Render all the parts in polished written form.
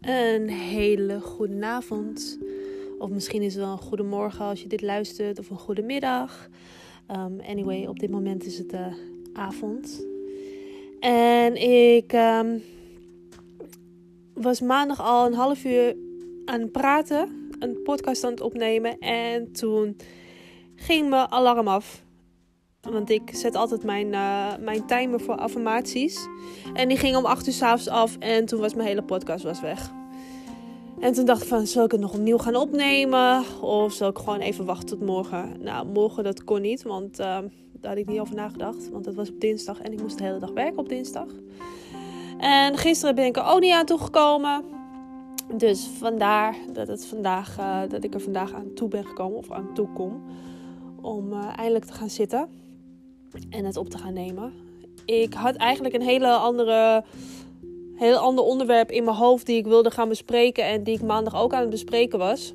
Een hele goede avond. Of misschien is het wel een goede morgen als je dit luistert. Of een goede middag. Anyway, op dit moment is het avond. En ik was maandag al een half uur aan het praten. Een podcast aan het opnemen. En toen ging mijn alarm af. Want ik zet altijd mijn timer voor affirmaties. En die ging om 8 uur 's avonds af. En toen was mijn hele podcast weg. En toen dacht ik van, zal ik het nog opnieuw gaan opnemen? Of zal ik gewoon even wachten tot morgen? Nou, morgen dat kon niet. Want daar had ik niet over nagedacht. Want dat was op dinsdag. En ik moest de hele dag werken op dinsdag. En gisteren ben ik er ook niet aan toegekomen. Dus vandaar dat ik er vandaag aan toe ben gekomen. Of aan toe kom. Om eindelijk te gaan zitten. En het op te gaan nemen. Ik had eigenlijk een heel ander onderwerp in mijn hoofd die ik wilde gaan bespreken. En die ik maandag ook aan het bespreken was.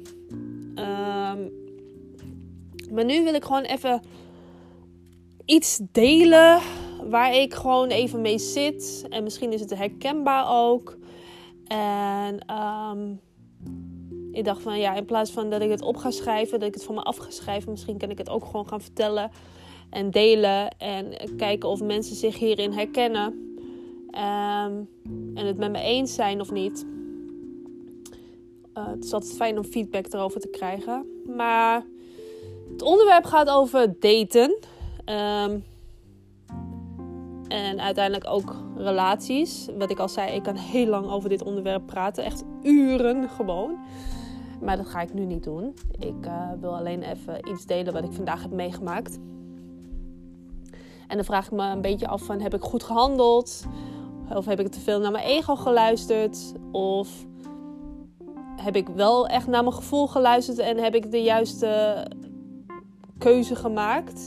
Maar nu wil ik gewoon even iets delen waar ik gewoon even mee zit. En misschien is het herkenbaar ook. En ik dacht van ja, in plaats van dat ik het op ga schrijven, dat ik het van me af ga schrijven, misschien kan ik het ook gewoon gaan vertellen en delen. En kijken of mensen zich hierin herkennen. En het met me eens zijn of niet. Het is altijd fijn om feedback erover te krijgen. Maar het onderwerp gaat over daten. En uiteindelijk ook relaties. Wat ik al zei, ik kan heel lang over dit onderwerp praten. Echt uren gewoon. Maar dat ga ik nu niet doen. Ik wil alleen even iets delen wat ik vandaag heb meegemaakt. En dan vraag ik me een beetje af van, heb ik goed gehandeld? Of heb ik te veel naar mijn ego geluisterd? Of heb ik wel echt naar mijn gevoel geluisterd en heb ik de juiste keuze gemaakt?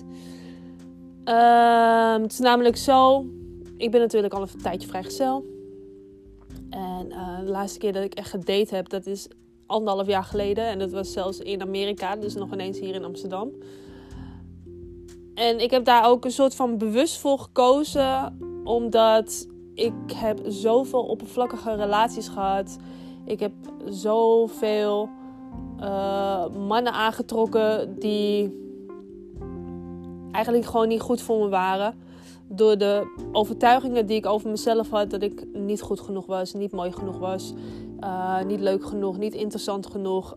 Het is namelijk zo, ik ben natuurlijk al een tijdje vrijgezel. En de laatste keer dat ik echt gedate heb, dat is 1,5 jaar geleden. En dat was zelfs in Amerika, dus nog ineens hier in Amsterdam. En ik heb daar ook een soort van bewust voor gekozen, omdat ik heb zoveel oppervlakkige relaties gehad. Ik heb zoveel mannen aangetrokken die eigenlijk gewoon niet goed voor me waren. Door de overtuigingen die ik over mezelf had. Dat ik niet goed genoeg was, niet mooi genoeg was. Niet leuk genoeg, niet interessant genoeg.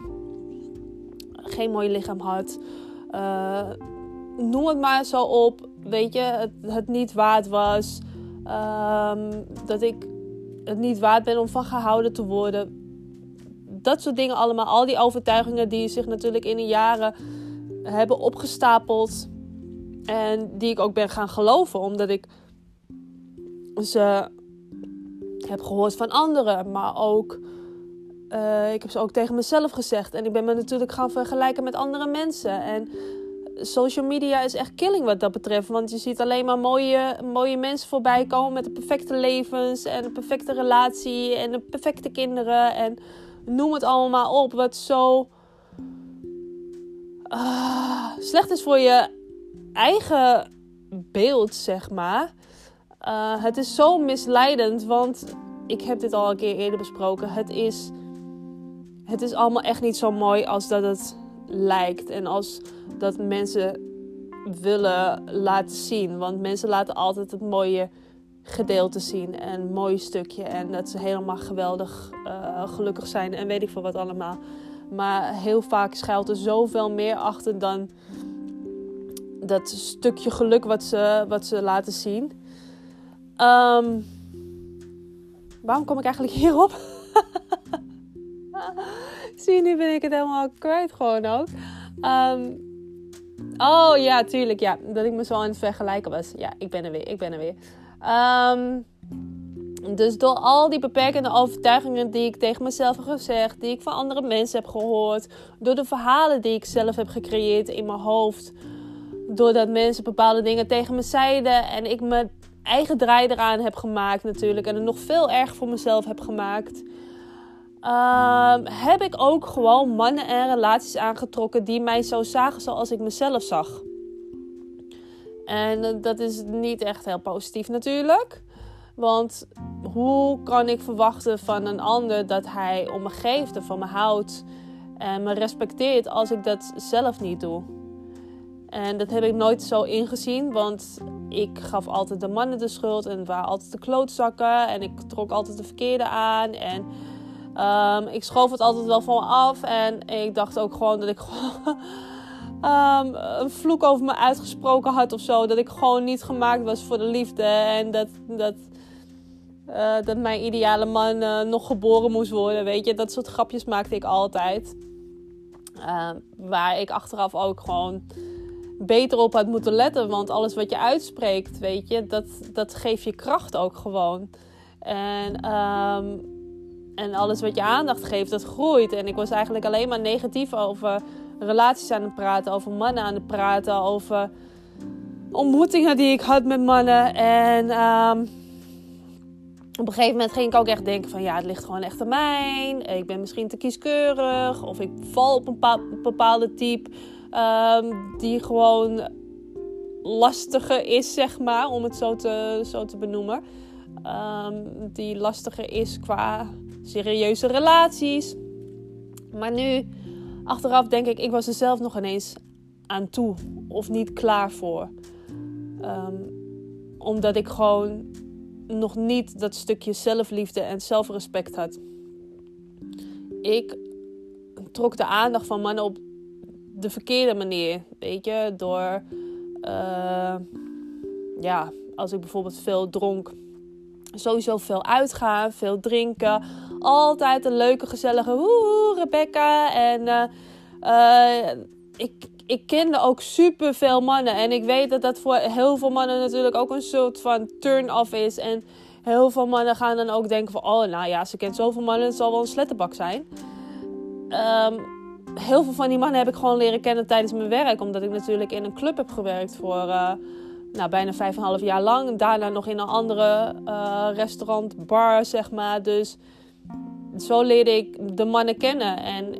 Geen mooi lichaam had. Noem het maar zo op. Weet je, het niet waard was. Dat ik het niet waard ben om van gehouden te worden. Dat soort dingen allemaal. Al die overtuigingen die zich natuurlijk in de jaren hebben opgestapeld. En die ik ook ben gaan geloven. Omdat ik ze heb gehoord van anderen. Maar ook, ik heb ze ook tegen mezelf gezegd. En ik ben me natuurlijk gaan vergelijken met andere mensen. En social media is echt killing wat dat betreft. Want je ziet alleen maar mooie mensen voorbij komen met de perfecte levens. En een perfecte relatie. En de perfecte kinderen. En noem het allemaal op. Wat zo slecht is voor je eigen beeld, zeg maar. Het is zo misleidend. Want ik heb dit al een keer eerder besproken. Het is allemaal echt niet zo mooi als dat het lijkt. En als dat mensen willen laten zien. Want mensen laten altijd het mooie gedeelte zien. En een mooi stukje. En dat ze helemaal geweldig gelukkig zijn. En weet ik veel wat allemaal. Maar heel vaak schuilt er zoveel meer achter dan dat stukje geluk wat ze laten zien. Waarom kom ik eigenlijk hierop? Zie je, nu ben ik het helemaal kwijt gewoon ook. Oh ja, tuurlijk. Ja, dat ik me zo aan het vergelijken was. Ja, ik ben er weer. Dus door al die beperkende overtuigingen die ik tegen mezelf heb gezegd. Die ik van andere mensen heb gehoord. Door de verhalen die ik zelf heb gecreëerd in mijn hoofd. Doordat mensen bepaalde dingen tegen me zeiden. En ik mijn eigen draai eraan heb gemaakt natuurlijk. En het nog veel erger voor mezelf heb gemaakt. Heb ik ook gewoon mannen en relaties aangetrokken die mij zo zagen zoals ik mezelf zag. En dat is niet echt heel positief natuurlijk. Want hoe kan ik verwachten van een ander dat hij om me geeft en van me houdt en me respecteert als ik dat zelf niet doe? En dat heb ik nooit zo ingezien, want ik gaf altijd de mannen de schuld en het waren altijd de klootzakken en ik trok altijd de verkeerde aan en ik schoof het altijd wel van me af en ik dacht ook gewoon dat ik gewoon een vloek over me uitgesproken had of zo, dat ik gewoon niet gemaakt was voor de liefde en dat mijn ideale man nog geboren moest worden, weet je. Dat soort grapjes maakte ik altijd. Waar ik achteraf ook gewoon beter op had moeten letten. Want alles wat je uitspreekt, weet je, dat geeft je kracht ook gewoon. En alles wat je aandacht geeft, dat groeit. En ik was eigenlijk alleen maar negatief over relaties aan het praten, over mannen aan het praten, over ontmoetingen die ik had met mannen. En op een gegeven moment ging ik ook echt denken van ja, het ligt gewoon echt aan mij. Ik ben misschien te kieskeurig. Of ik val op een bepaalde type die gewoon lastiger is, zeg maar. Om het zo te benoemen. Die lastiger is qua serieuze relaties. Maar nu, achteraf denk ik was er zelf nog ineens aan toe. Of niet klaar voor. Omdat ik gewoon nog niet dat stukje zelfliefde en zelfrespect had. Ik trok de aandacht van mannen op de verkeerde manier. Weet je, door als ik bijvoorbeeld veel dronk, sowieso veel uitgaan, veel drinken, altijd een leuke, gezellige Rebecca. En ik kende ook super veel mannen. En ik weet dat voor heel veel mannen natuurlijk ook een soort van turn-off is. En heel veel mannen gaan dan ook denken van, oh, nou ja, ze kent zoveel mannen, het zal wel een slettenbak zijn. Heel veel van die mannen heb ik gewoon leren kennen tijdens mijn werk. Omdat ik natuurlijk in een club heb gewerkt voor bijna 5,5 jaar lang. Daarna nog in een andere restaurant, bar, zeg maar. Dus zo leerde ik de mannen kennen. En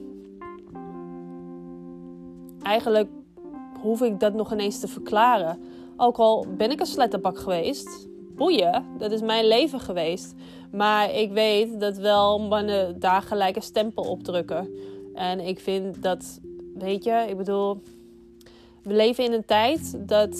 eigenlijk hoef ik dat nog ineens te verklaren. Ook al ben ik een slettenbak geweest. Boeien, dat is mijn leven geweest. Maar ik weet dat wel mannen daar gelijk een stempel op drukken. En ik vind dat, weet je, ik bedoel, we leven in een tijd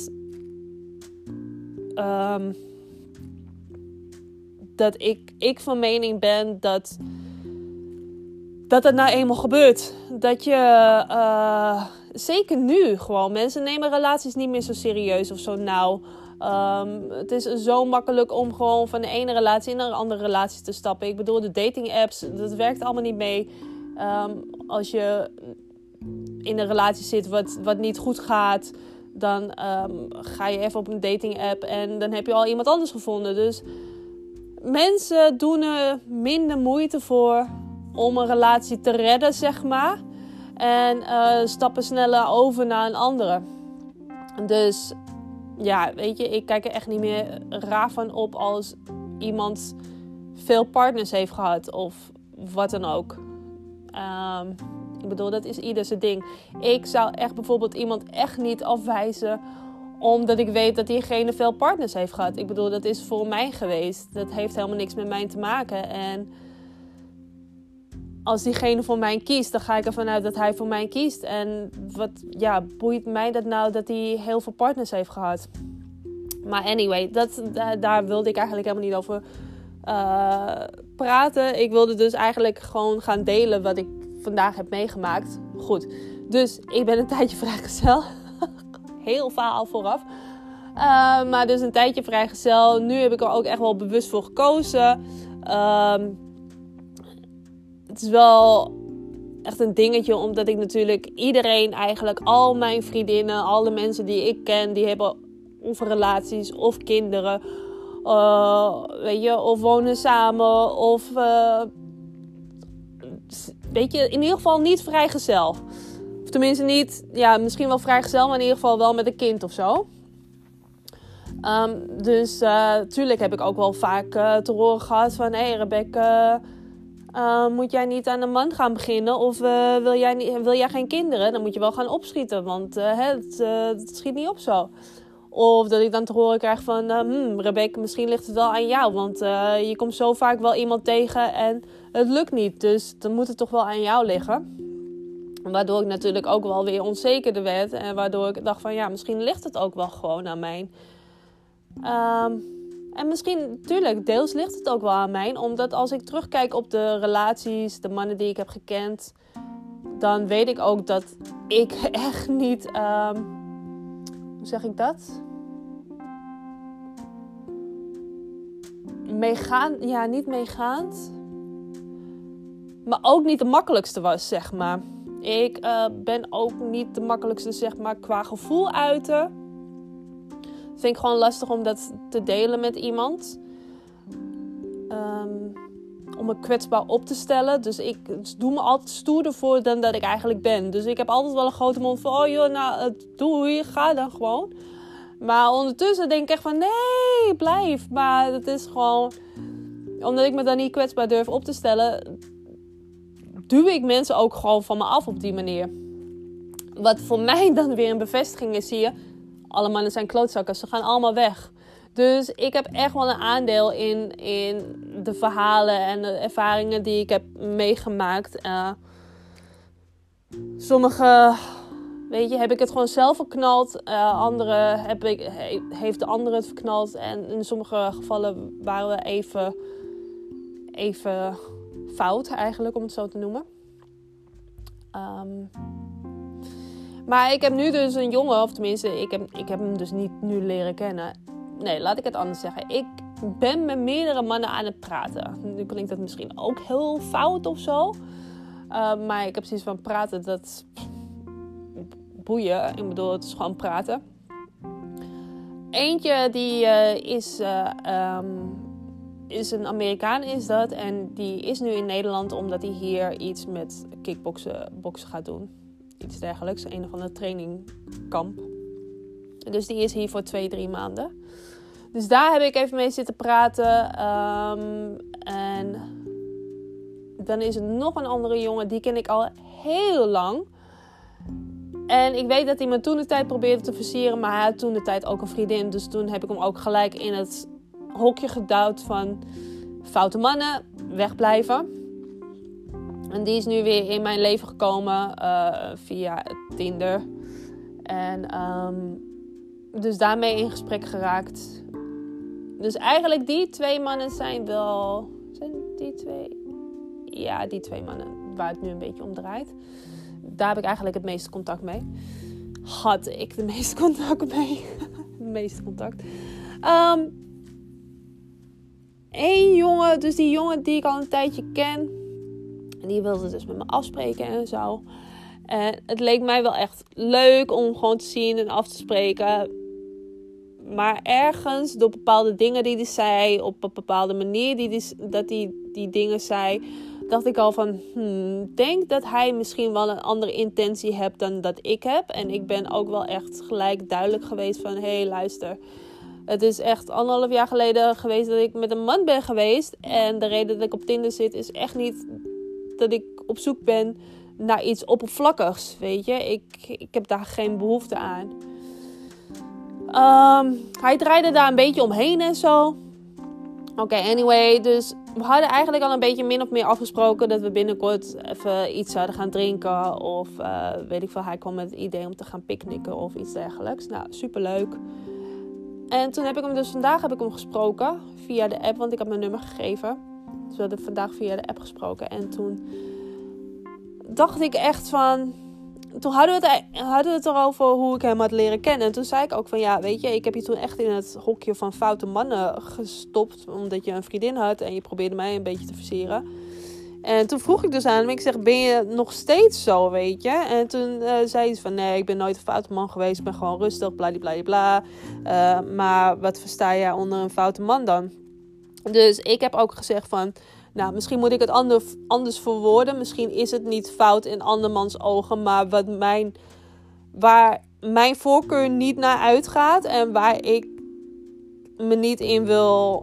dat ik van mening ben dat het nou eenmaal gebeurt. Dat je, zeker nu gewoon, mensen nemen relaties niet meer zo serieus of zo nauw. Het is zo makkelijk om gewoon van de ene relatie in een andere relatie te stappen. Ik bedoel, de dating apps, dat werkt allemaal niet mee. Als je in een relatie zit wat niet goed gaat, dan ga je even op een dating app en dan heb je al iemand anders gevonden. Dus mensen doen er minder moeite voor om een relatie te redden, zeg maar. En stappen sneller over naar een andere. Dus ja, weet je, ik kijk er echt niet meer raar van op als iemand veel partners heeft gehad of wat dan ook. Ik bedoel, dat is ieder zijn ding. Ik zou echt bijvoorbeeld iemand echt niet afwijzen omdat ik weet dat diegene veel partners heeft gehad. Ik bedoel, dat is voor mij geweest. Dat heeft helemaal niks met mij te maken. En als diegene voor mij kiest, dan ga ik ervan uit dat hij voor mij kiest. En boeit mij dat nou dat hij heel veel partners heeft gehad? Maar anyway, daar wilde ik eigenlijk helemaal niet over praten. Ik wilde dus eigenlijk gewoon gaan delen wat ik vandaag heb meegemaakt. Goed, dus ik ben een tijdje vrijgezel. Heel verhaal vooraf. Maar dus een tijdje vrijgezel. Nu heb ik er ook echt wel bewust voor gekozen. Het is wel echt een dingetje, omdat ik natuurlijk iedereen eigenlijk, al mijn vriendinnen, alle mensen die ik ken, die hebben of relaties of kinderen. Weet je, of wonen samen. Of weet je, in ieder geval niet vrijgezel. Of tenminste niet, ja, misschien wel vrijgezel, maar in ieder geval wel met een kind of zo. Dus tuurlijk heb ik ook wel vaak te horen gehad van, hey Rebecca, moet jij niet aan een man gaan beginnen? Of wil jij geen kinderen? Dan moet je wel gaan opschieten, want het schiet niet op zo. Of dat ik dan te horen krijg van... Rebecca, misschien ligt het wel aan jou. Want je komt zo vaak wel iemand tegen en het lukt niet. Dus dan moet het toch wel aan jou liggen. Waardoor ik natuurlijk ook wel weer onzekerder werd. En waardoor ik dacht van ja, misschien ligt het ook wel gewoon aan mij. En misschien, tuurlijk, deels ligt het ook wel aan mij. Omdat als ik terugkijk op de relaties, de mannen die ik heb gekend... Dan weet ik ook dat ik echt niet... hoe zeg ik dat? Niet meegaand. Maar ook niet de makkelijkste was, zeg maar. Ik ben ook niet de makkelijkste, zeg maar, qua gevoel uiten. Vind ik gewoon lastig om dat te delen met iemand. Om me kwetsbaar op te stellen. Dus ik doe me altijd stoerder voor dan dat ik eigenlijk ben. Dus ik heb altijd wel een grote mond van... Oh joh, nou doei, ga dan gewoon. Maar ondertussen denk ik echt van... Nee, blijf. Maar het is gewoon... Omdat ik me dan niet kwetsbaar durf op te stellen... duw ik mensen ook gewoon van me af op die manier. Wat voor mij dan weer een bevestiging is, zie je... Alle mannen zijn klootzakken, ze gaan allemaal weg. Dus ik heb echt wel een aandeel in de verhalen en de ervaringen die ik heb meegemaakt. Sommige, weet je, heb ik het gewoon zelf verknald. Andere heeft de ander het verknald. En in sommige gevallen waren we even fout eigenlijk, om het zo te noemen. Maar ik heb nu dus een jongen, of tenminste, ik heb hem dus niet nu leren kennen. Nee, laat ik het anders zeggen. Ik ben met meerdere mannen aan het praten. Nu klinkt dat misschien ook heel fout of zo. Maar ik heb zoiets van praten, dat boeien. Ik bedoel, het is gewoon praten. Eentje die is een Amerikaan, is dat. En die is nu in Nederland omdat hij hier iets met boksen gaat doen. Iets dergelijks, een of andere trainingkamp. Dus die is hier voor 2-3 maanden. Dus daar heb ik even mee zitten praten. En dan is er nog een andere jongen, die ken ik al heel lang. En ik weet dat hij me toen de tijd probeerde te versieren, maar hij had toen de tijd ook een vriendin. Dus toen heb ik hem ook gelijk in het hokje gedouwd van foute mannen, wegblijven. En die is nu weer in mijn leven gekomen via Tinder. En dus daarmee in gesprek geraakt. Dus eigenlijk die 2 mannen zijn wel... Zijn die 2? Ja, die 2 mannen waar het nu een beetje om draait. Daar heb ik eigenlijk het meeste contact mee. Had ik de meeste contact mee. Het meeste contact. Eén jongen, dus die jongen die ik al een tijdje ken... Die wilde dus met me afspreken en zo. En het leek mij wel echt leuk om gewoon te zien en af te spreken. Maar ergens, door bepaalde dingen die hij zei... op een bepaalde manier dat hij die dingen zei... dacht ik al van... denk dat hij misschien wel een andere intentie hebt dan dat ik heb. En ik ben ook wel echt gelijk duidelijk geweest van... Hé, luister... Het is echt 1,5 jaar geleden geweest dat ik met een man ben geweest. En de reden dat ik op Tinder zit is echt niet... dat ik op zoek ben naar iets oppervlakkigs, weet je. Ik heb daar geen behoefte aan. Hij draaide daar een beetje omheen en zo. Oké, anyway. Dus we hadden eigenlijk al een beetje min of meer afgesproken... dat we binnenkort even iets zouden gaan drinken. Of weet ik veel, hij kwam met het idee om te gaan picknicken of iets dergelijks. Nou, superleuk. En toen heb ik hem dus vandaag gesproken via de app, want ik had mijn nummer gegeven. Dus we hadden vandaag via de app gesproken. En toen dacht ik echt van... Toen hadden we het erover hoe ik hem had leren kennen. En toen zei ik ook van ja, weet je... Ik heb je toen echt in het hokje van foute mannen gestopt. Omdat je een vriendin had en je probeerde mij een beetje te versieren. En toen vroeg ik dus aan hem. Ik zeg, ben je nog steeds zo, weet je? En toen zei hij van nee, ik ben nooit een foute man geweest. Ik ben gewoon rustig, bladibladibla. Maar wat versta jij onder een foute man dan? Dus ik heb ook gezegd van... Nou, misschien moet ik het anders verwoorden. Misschien is het niet fout in andermans ogen. Maar waar mijn voorkeur niet naar uitgaat. En waar ik me niet in wil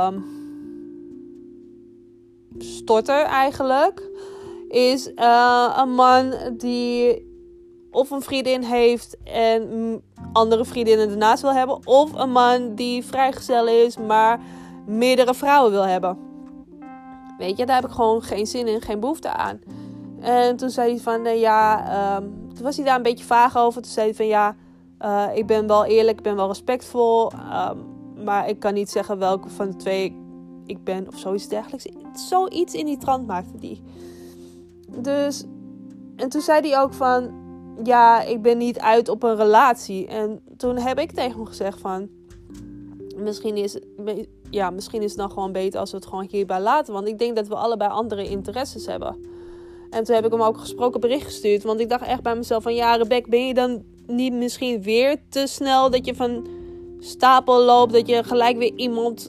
storten eigenlijk. Is een man die of een vriendin heeft. En andere vriendinnen ernaast wil hebben. Of een man die vrijgezel is, maar meerdere vrouwen wil hebben. Weet je, daar heb ik gewoon geen zin in, geen behoefte aan. En toen zei hij van, toen was hij daar een beetje vaag over. Toen zei hij van, ik ben wel eerlijk, ik ben wel respectvol. Maar ik kan niet zeggen welke van de twee ik ben of zoiets dergelijks. Zoiets in die trant maakte die. Dus, en toen zei hij ook van, ik ben niet uit op een relatie. En toen heb ik tegen hem gezegd van, misschien is het dan gewoon beter als we het gewoon hierbij laten. Want ik denk dat we allebei andere interesses hebben. En toen heb ik hem ook een gesproken bericht gestuurd. Want ik dacht echt bij mezelf van, Rebecca, ben je dan niet misschien weer te snel dat je van stapel loopt? Dat je gelijk weer iemand,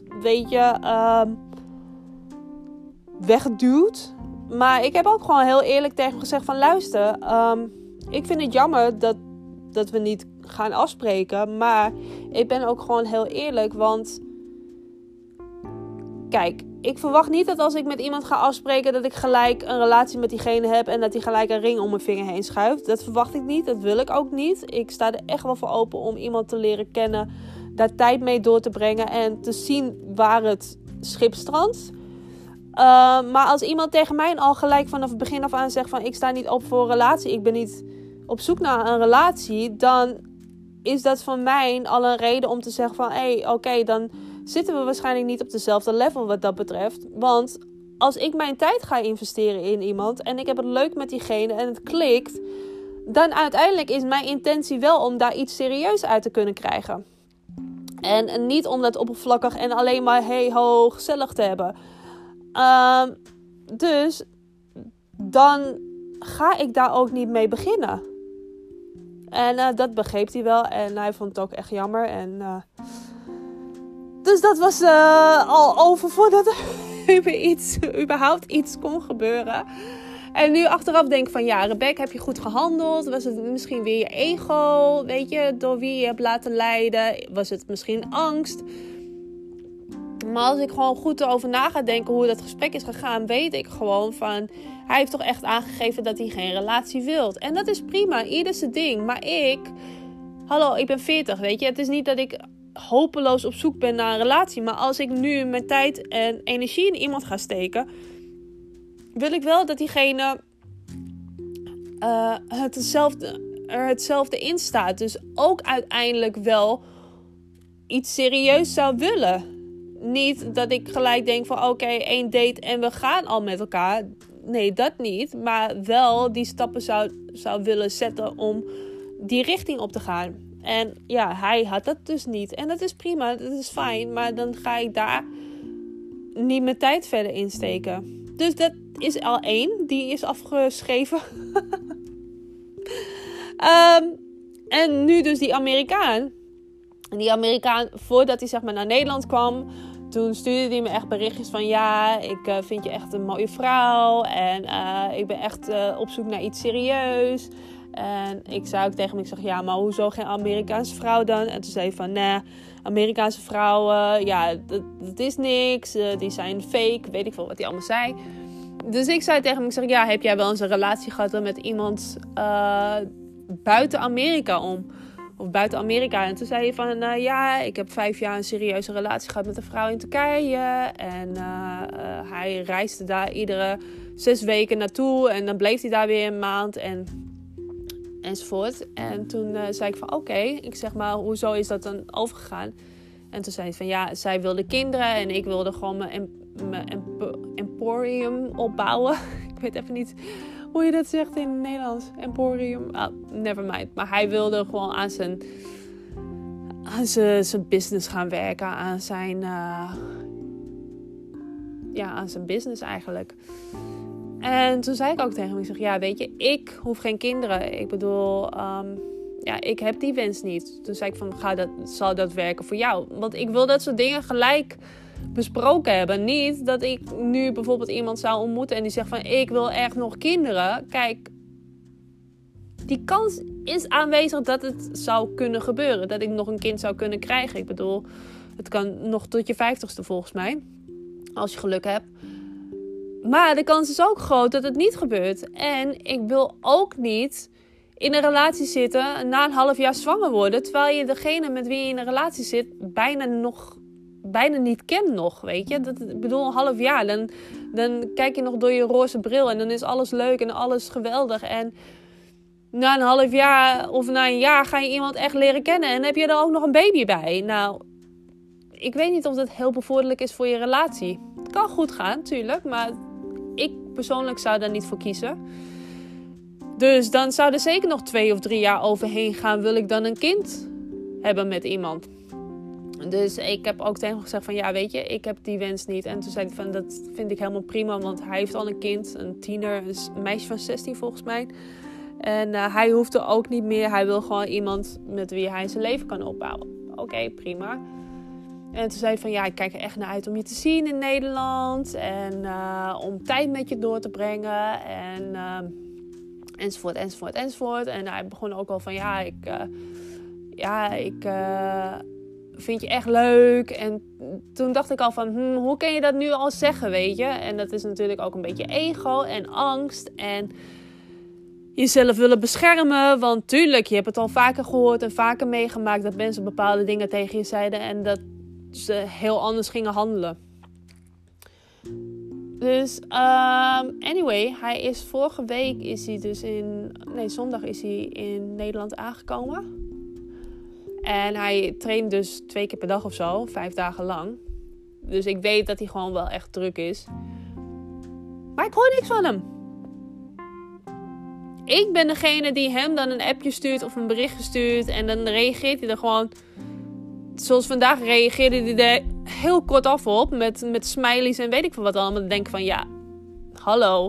wegduwt? Maar ik heb ook gewoon heel eerlijk tegen hem gezegd van, luister, ik vind het jammer dat we niet gaan afspreken. Maar ik ben ook gewoon heel eerlijk, want kijk, ik verwacht niet dat als ik met iemand ga afspreken dat ik gelijk een relatie met diegene heb en dat hij gelijk een ring om mijn vinger heen schuift. Dat verwacht ik niet, dat wil ik ook niet. Ik sta er echt wel voor open om iemand te leren kennen, daar tijd mee door te brengen en te zien waar het schip strandt. Maar als iemand tegen mij al gelijk vanaf het begin af aan zegt van, ik sta niet op voor een relatie, ik ben niet op zoek naar een relatie, dan is dat voor mij al een reden om te zeggen van, oké, dan zitten we waarschijnlijk niet op dezelfde level wat dat betreft. Want als ik mijn tijd ga investeren in iemand en ik heb het leuk met diegene en het klikt, dan uiteindelijk is mijn intentie wel om daar iets serieus uit te kunnen krijgen. En niet om dat oppervlakkig en alleen maar gezellig te hebben. Dus dan ga ik daar ook niet mee beginnen. En dat begreep hij wel. En hij vond het ook echt jammer. En dus dat was al over voordat er überhaupt iets kon gebeuren. En nu achteraf denk ik van, Rebecca, heb je goed gehandeld? Was het misschien weer je ego? Weet je, door wie je hebt laten leiden? Was het misschien angst? Maar als ik gewoon goed erover na ga denken hoe dat gesprek is gegaan, weet ik gewoon van, hij heeft toch echt aangegeven dat hij geen relatie wil. En dat is prima, ieder zijn ding. Maar ik ben 40, weet je. Het is niet dat ik hopeloos op zoek ben naar een relatie. Maar als ik nu mijn tijd en energie in iemand ga steken, wil ik wel dat diegene hetzelfde in staat. Dus ook uiteindelijk wel iets serieus zou willen. Niet dat ik gelijk denk van, oké, 1 date en we gaan al met elkaar. Nee, dat niet. Maar wel die stappen zou willen zetten om die richting op te gaan. En hij had dat dus niet. En dat is prima, dat is fijn. Maar dan ga ik daar niet mijn tijd verder insteken. Dus dat is al 1. Die is afgeschreven. En nu dus die Amerikaan. En die Amerikaan, voordat hij naar Nederland kwam, toen stuurde hij me echt berichtjes van, ik vind je echt een mooie vrouw. En ik ben echt op zoek naar iets serieus. En ik zei ook tegen hem, maar hoezo geen Amerikaanse vrouw dan? En toen zei hij van, nee, Amerikaanse vrouwen, dat is niks. Die zijn fake, weet ik veel wat hij allemaal zei. Dus ik zei tegen hem, heb jij wel eens een relatie gehad met iemand buiten Amerika om? Of buiten Amerika. En toen zei hij van, ik heb 5 jaar een serieuze relatie gehad met een vrouw in Turkije. En hij reisde daar iedere 6 weken naartoe. En dan bleef hij daar weer een maand enzovoort. En toen zei ik van, oké. Ik zeg maar, hoezo is dat dan overgegaan? En toen zei hij van, zij wilde kinderen. En ik wilde gewoon mijn emporium opbouwen. Ik weet even niet hoe je dat zegt in het Nederlands. Emporium. Never mind. Maar hij wilde gewoon aan zijn business gaan werken. Aan zijn business eigenlijk. En toen zei ik ook tegen hem. Ik zeg, weet je, ik hoef geen kinderen. Ik bedoel, ik heb die wens niet. Toen zei ik van, zal dat werken voor jou? Want ik wil dat soort dingen gelijk besproken hebben. Niet dat ik nu bijvoorbeeld iemand zou ontmoeten en die zegt van, ik wil echt nog kinderen. Kijk, die kans is aanwezig dat het zou kunnen gebeuren. Dat ik nog een kind zou kunnen krijgen. Ik bedoel, het kan nog tot je 50ste volgens mij. Als je geluk hebt. Maar de kans is ook groot dat het niet gebeurt. En ik wil ook niet in een relatie zitten, na een half jaar zwanger worden, terwijl je degene met wie je in een relatie zit bijna niet kent nog, weet je. Ik bedoel, een half jaar, dan kijk je nog door je roze bril en dan is alles leuk en alles geweldig. En na een half jaar of na een jaar ga je iemand echt leren kennen en heb je er ook nog een baby bij. Nou, ik weet niet of dat heel bevorderlijk is voor je relatie. Het kan goed gaan, natuurlijk, maar ik persoonlijk zou daar niet voor kiezen. Dus dan zou er zeker nog 2 of 3 jaar overheen gaan. Wil ik dan een kind hebben met iemand? Dus ik heb ook tegen hem gezegd van ja, weet je, ik heb die wens niet. En toen zei hij van dat vind ik helemaal prima, want hij heeft al een kind, een tiener, een meisje van 16 volgens mij. En hij hoeft er ook niet meer. Hij wil gewoon iemand met wie hij zijn leven kan opbouwen. Oké, prima. En toen zei hij van ja, ik kijk er echt naar uit om je te zien in Nederland. En om tijd met je door te brengen. En enzovoort. En hij begon ook al van ik vind je echt leuk. En toen dacht ik al van hoe kan je dat nu al zeggen, weet je? En dat is natuurlijk ook een beetje ego en angst. En jezelf willen beschermen. Want tuurlijk, je hebt het al vaker gehoord en vaker meegemaakt dat mensen bepaalde dingen tegen je zeiden. En dat ze heel anders gingen handelen. Dus, anyway, hij is vorige week zondag is hij in Nederland aangekomen. En hij traint dus 2 keer per dag of zo, 5 dagen lang. Dus ik weet dat hij gewoon wel echt druk is. Maar ik hoor niks van hem. Ik ben degene die hem dan een appje stuurt of een berichtje stuurt. En dan reageert hij er gewoon. Zoals vandaag reageerde hij er heel kort af op. Met smileys en weet ik veel wat allemaal. Dan denk ik van ja, hallo.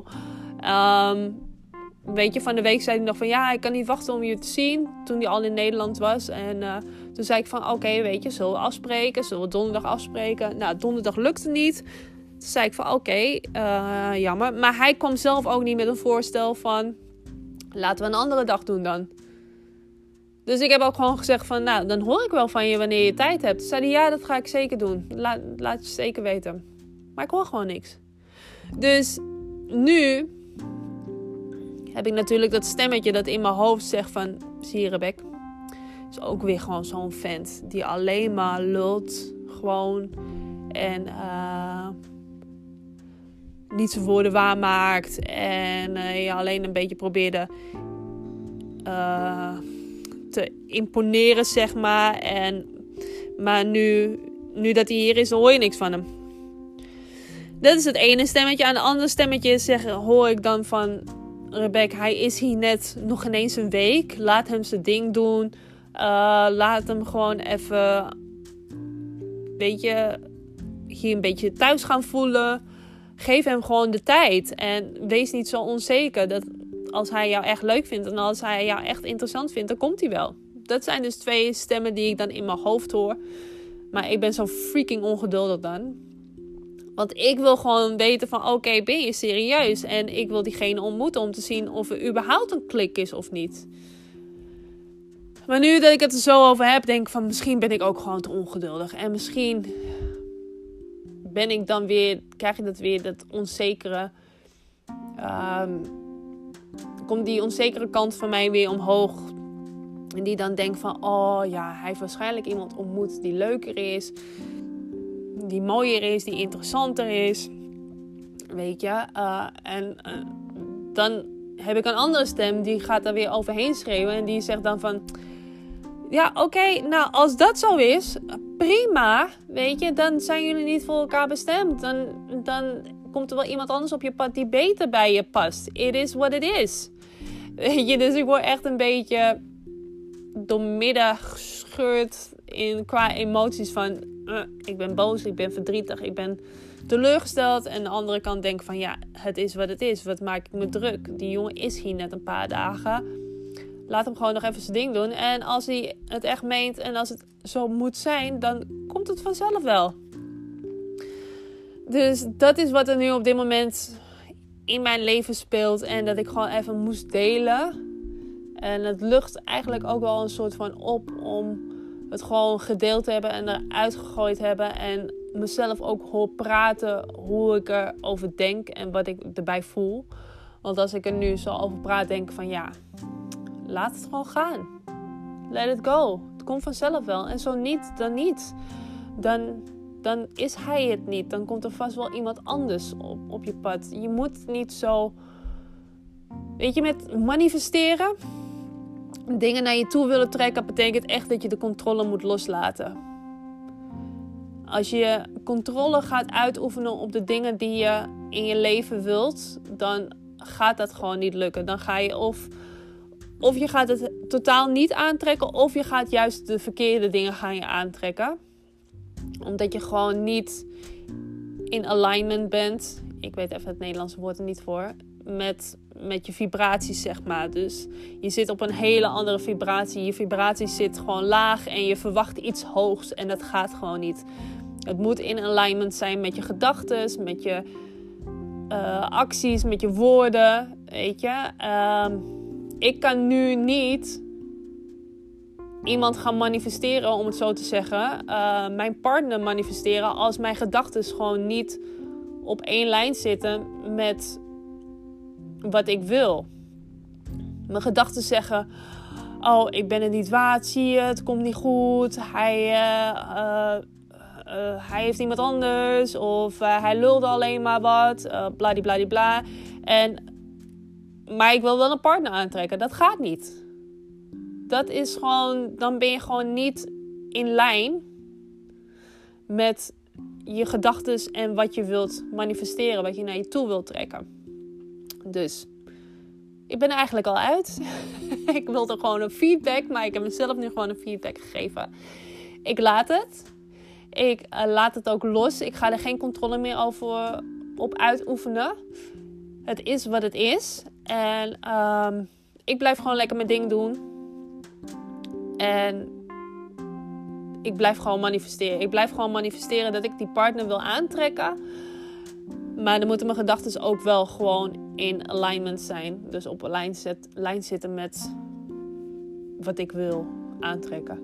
Weet je, van de week zei hij nog van ja, ik kan niet wachten om je te zien. Toen hij al in Nederland was. En toen zei ik van oké, weet je, zullen we afspreken? Zullen we donderdag afspreken? Nou, donderdag lukte niet. Toen zei ik van oké, jammer. Maar hij kwam zelf ook niet met een voorstel van laten we een andere dag doen dan. Dus ik heb ook gewoon gezegd van nou, dan hoor ik wel van je wanneer je tijd hebt. Toen zei hij ja, dat ga ik zeker doen. Laat je zeker weten. Maar ik hoor gewoon niks. Dus nu heb ik natuurlijk dat stemmetje dat in mijn hoofd zegt van zie je Rebecca, is ook weer gewoon zo'n vent die alleen maar lult. Gewoon. En niet zijn woorden waarmaakt. En je alleen een beetje probeerde te imponeren, zeg maar. Maar nu dat hij hier is, hoor je niks van hem. Dat is het ene stemmetje. Aan het andere stemmetje hoor ik dan van Rebecca, hij is hier net nog ineens een week. Laat hem zijn ding doen. Laat hem gewoon even, weet je, hier een beetje thuis gaan voelen. Geef hem gewoon de tijd. En wees niet zo onzeker dat als hij jou echt leuk vindt en als hij jou echt interessant vindt, dan komt hij wel. Dat zijn dus 2 stemmen die ik dan in mijn hoofd hoor. Maar ik ben zo freaking ongeduldig dan. Want ik wil gewoon weten van oké, ben je serieus? En ik wil diegene ontmoeten om te zien of er überhaupt een klik is of niet. Maar nu dat ik het er zo over heb, denk ik van misschien ben ik ook gewoon te ongeduldig. En misschien ben ik dan weer, krijg je dat weer, dat onzekere. Komt die onzekere kant van mij weer omhoog. En die dan denkt van, oh ja, hij heeft waarschijnlijk iemand ontmoet die leuker is. Die mooier is, die interessanter is. Weet je. Dan heb ik een andere stem, die gaat daar weer overheen schreeuwen. En die zegt dan van, ja oké, nou als dat zo is, prima. Weet je, dan zijn jullie niet voor elkaar bestemd. Dan komt er wel iemand anders op je pad die beter bij je past. It is what it is. Weet je, dus ik word echt een beetje doormidden gescheurd qua emoties van ik ben boos, ik ben verdrietig, ik ben teleurgesteld. En de andere kant denk van ja, het is wat het is. Wat maak ik me druk? Die jongen is hier net een paar dagen. Laat hem gewoon nog even zijn ding doen. En als hij het echt meent en als het zo moet zijn, dan komt het vanzelf wel. Dus dat is wat er nu op dit moment in mijn leven speelt. En dat ik gewoon even moest delen. En het lucht eigenlijk ook wel een soort van op om het gewoon gedeeld te hebben en eruit gegooid hebben. En mezelf ook hoor praten hoe ik erover denk en wat ik erbij voel. Want als ik er nu zo over praat, denk ik van ja, laat het gewoon gaan. Let it go. Het komt vanzelf wel. En zo niet, dan niet. Dan is hij het niet. Dan komt er vast wel iemand anders op je pad. Je moet niet zo... Weet je, met manifesteren... Dingen naar je toe willen trekken... betekent echt dat je de controle moet loslaten. Als je controle gaat uitoefenen op de dingen die je in je leven wilt... dan gaat dat gewoon niet lukken. Dan ga je of je gaat het totaal niet aantrekken... of je gaat juist de verkeerde dingen gaan je aantrekken. Omdat je gewoon niet in alignment bent. Ik weet even het Nederlandse woord er niet voor. Met je vibraties, zeg maar. Dus je zit op een hele andere vibratie. Je vibratie zit gewoon laag en je verwacht iets hoogs. En dat gaat gewoon niet. Het moet in alignment zijn met je gedachten, met je acties, met je woorden. Weet je. Ik kan nu niet iemand gaan manifesteren, om het zo te zeggen. Mijn partner manifesteren als mijn gedachten gewoon niet op één lijn zitten met wat ik wil. Mijn gedachten zeggen... Oh, ik ben het niet waard, zie je, het komt niet goed. Hij heeft iemand anders. Of hij lulde alleen maar wat. Bladibladibla. Maar ik wil wel een partner aantrekken. Dat gaat niet. Dat is gewoon... Dan ben je gewoon niet in lijn met je gedachten en wat je wilt manifesteren. Wat je naar je toe wilt trekken. Dus ik ben er eigenlijk al uit. Ik wilde gewoon een feedback, maar ik heb mezelf nu gewoon een feedback gegeven. Ik laat het. Ik laat het ook los. Ik ga er geen controle meer op uitoefenen. Het is wat het is. En ik blijf gewoon lekker mijn ding doen. En ik blijf gewoon manifesteren. Ik blijf gewoon manifesteren dat ik die partner wil aantrekken. Maar dan moeten mijn gedachten ook wel gewoon in alignment zijn. Dus op een lijn zitten met wat ik wil aantrekken.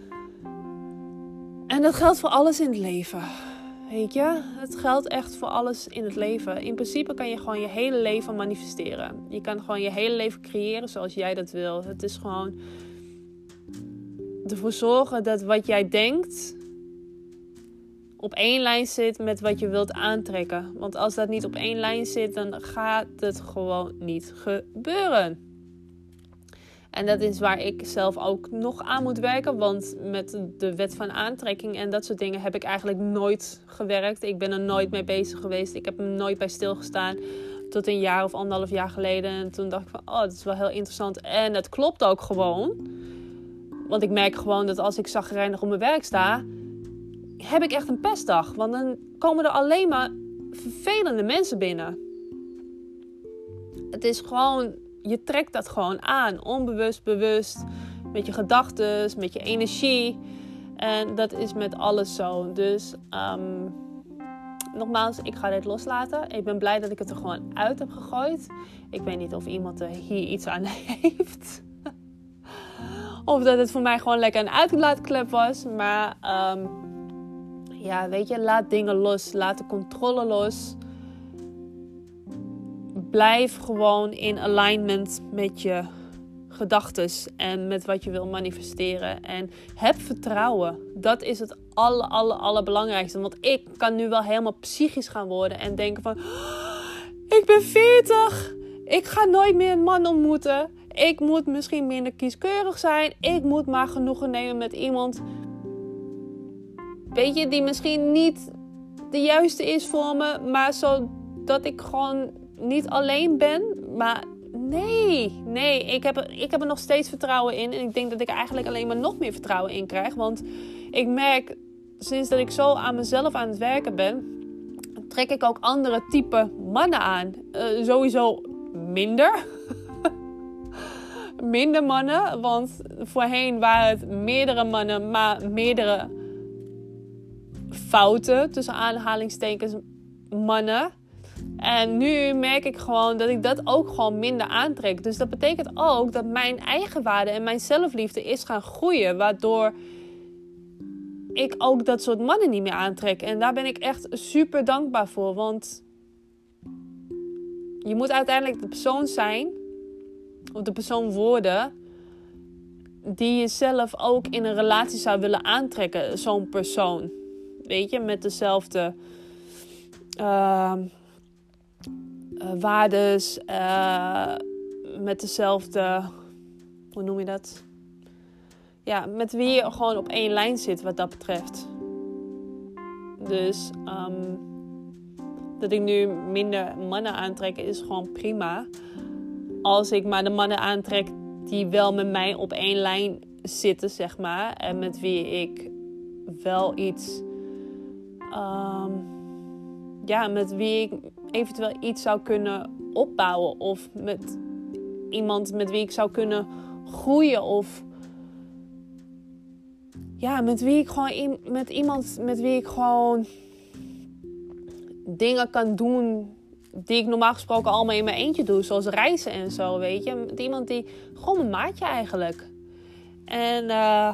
En dat geldt voor alles in het leven. Weet je? Het geldt echt voor alles in het leven. In principe kan je gewoon je hele leven manifesteren. Je kan gewoon je hele leven creëren zoals jij dat wil. Het is gewoon ervoor zorgen dat wat jij denkt op één lijn zit met wat je wilt aantrekken. Want als dat niet op één lijn zit, dan gaat het gewoon niet gebeuren. En dat is waar ik zelf ook nog aan moet werken. Want met de wet van aantrekking en dat soort dingen heb ik eigenlijk nooit gewerkt. Ik ben er nooit mee bezig geweest. Ik heb er nooit bij stilgestaan. Tot een jaar of 1,5 jaar geleden. En toen dacht ik van, oh, dat is wel heel interessant. En het klopt ook gewoon. Want ik merk gewoon dat als ik chagrijnig op mijn werk sta, heb ik echt een pestdag. Want dan komen er alleen maar vervelende mensen binnen. Het is gewoon, je trekt dat gewoon aan. Onbewust, bewust. Met je gedachten, met je energie. En dat is met alles zo. Dus nogmaals, ik ga dit loslaten. Ik ben blij dat ik het er gewoon uit heb gegooid. Ik weet niet of iemand er hier iets aan heeft. Of dat het voor mij gewoon lekker een uitlaatklep was. Maar ja, weet je, laat dingen los. Laat de controle los. Blijf gewoon in alignment met je gedachtes en met wat je wil manifesteren. En heb vertrouwen. Dat is het allerbelangrijkste. Want ik kan nu wel helemaal psychisch gaan worden en denken van, ik ben 40. Ik ga nooit meer een man ontmoeten. Ik moet misschien minder kieskeurig zijn. Ik moet maar genoegen nemen met iemand, weet je, die misschien niet de juiste is voor me, maar zodat ik gewoon niet alleen ben. Maar nee, ik heb er nog steeds vertrouwen in. En ik denk dat ik eigenlijk alleen maar nog meer vertrouwen in krijg. Want ik merk, sinds dat ik zo aan mezelf aan het werken ben, trek ik ook andere type mannen aan. Sowieso minder. Minder mannen. Want voorheen waren het meerdere mannen, maar meerdere fouten, tussen aanhalingstekens, mannen. En nu merk ik gewoon dat ik dat ook gewoon minder aantrek. Dus dat betekent ook dat mijn eigenwaarde en mijn zelfliefde is gaan groeien. Waardoor ik ook dat soort mannen niet meer aantrek. En daar ben ik echt super dankbaar voor. Want je moet uiteindelijk de persoon zijn, of de persoon worden, die je zelf ook in een relatie zou willen aantrekken. Zo'n persoon. Weet je, met dezelfde waardes, met dezelfde, hoe noem je dat? Ja, met wie je gewoon op één lijn zit wat dat betreft. Dus dat ik nu minder mannen aantrek is gewoon prima. Als ik maar de mannen aantrek die wel met mij op één lijn zitten, zeg maar. En met wie ik wel iets... met wie ik eventueel iets zou kunnen opbouwen. Of met iemand met wie ik zou kunnen groeien. Of ja, met iemand met wie ik gewoon dingen kan doen die ik normaal gesproken allemaal in mijn eentje doe. Zoals reizen en zo, weet je. Met iemand die, gewoon mijn maatje eigenlijk. En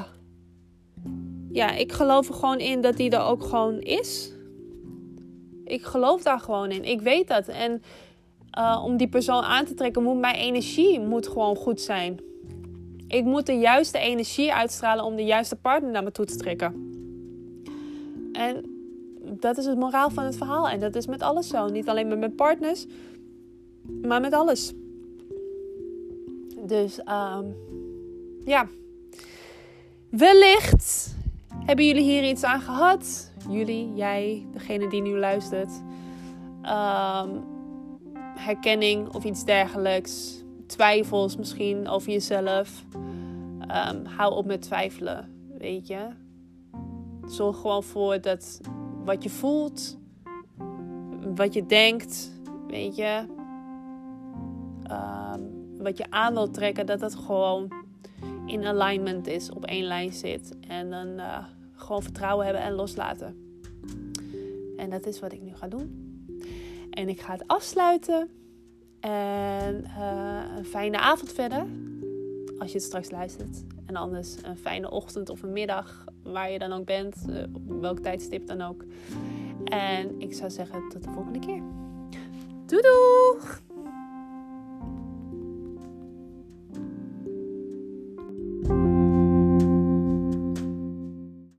ik geloof er gewoon in dat die er ook gewoon is. Ik geloof daar gewoon in. Ik weet dat. En om die persoon aan te trekken moet mijn energie gewoon goed zijn. Ik moet de juiste energie uitstralen om de juiste partner naar me toe te trekken. En dat is het moraal van het verhaal. En dat is met alles zo. Niet alleen met mijn partners, maar met alles. Dus wellicht hebben jullie hier iets aan gehad. Jullie, jij, degene die nu luistert. Herkenning of iets dergelijks. Twijfels misschien over jezelf. Hou op met twijfelen, weet je. Zorg gewoon voor dat wat je voelt, wat je denkt, weet je, wat je aan wilt trekken, dat het gewoon in alignment is, op één lijn zit. En dan gewoon vertrouwen hebben en loslaten. En dat is wat ik nu ga doen. En ik ga het afsluiten. En een fijne avond verder, als je het straks luistert. En anders een fijne ochtend of een middag, waar je dan ook bent, op welk tijdstip dan ook. En ik zou zeggen, tot de volgende keer. Doei doeg!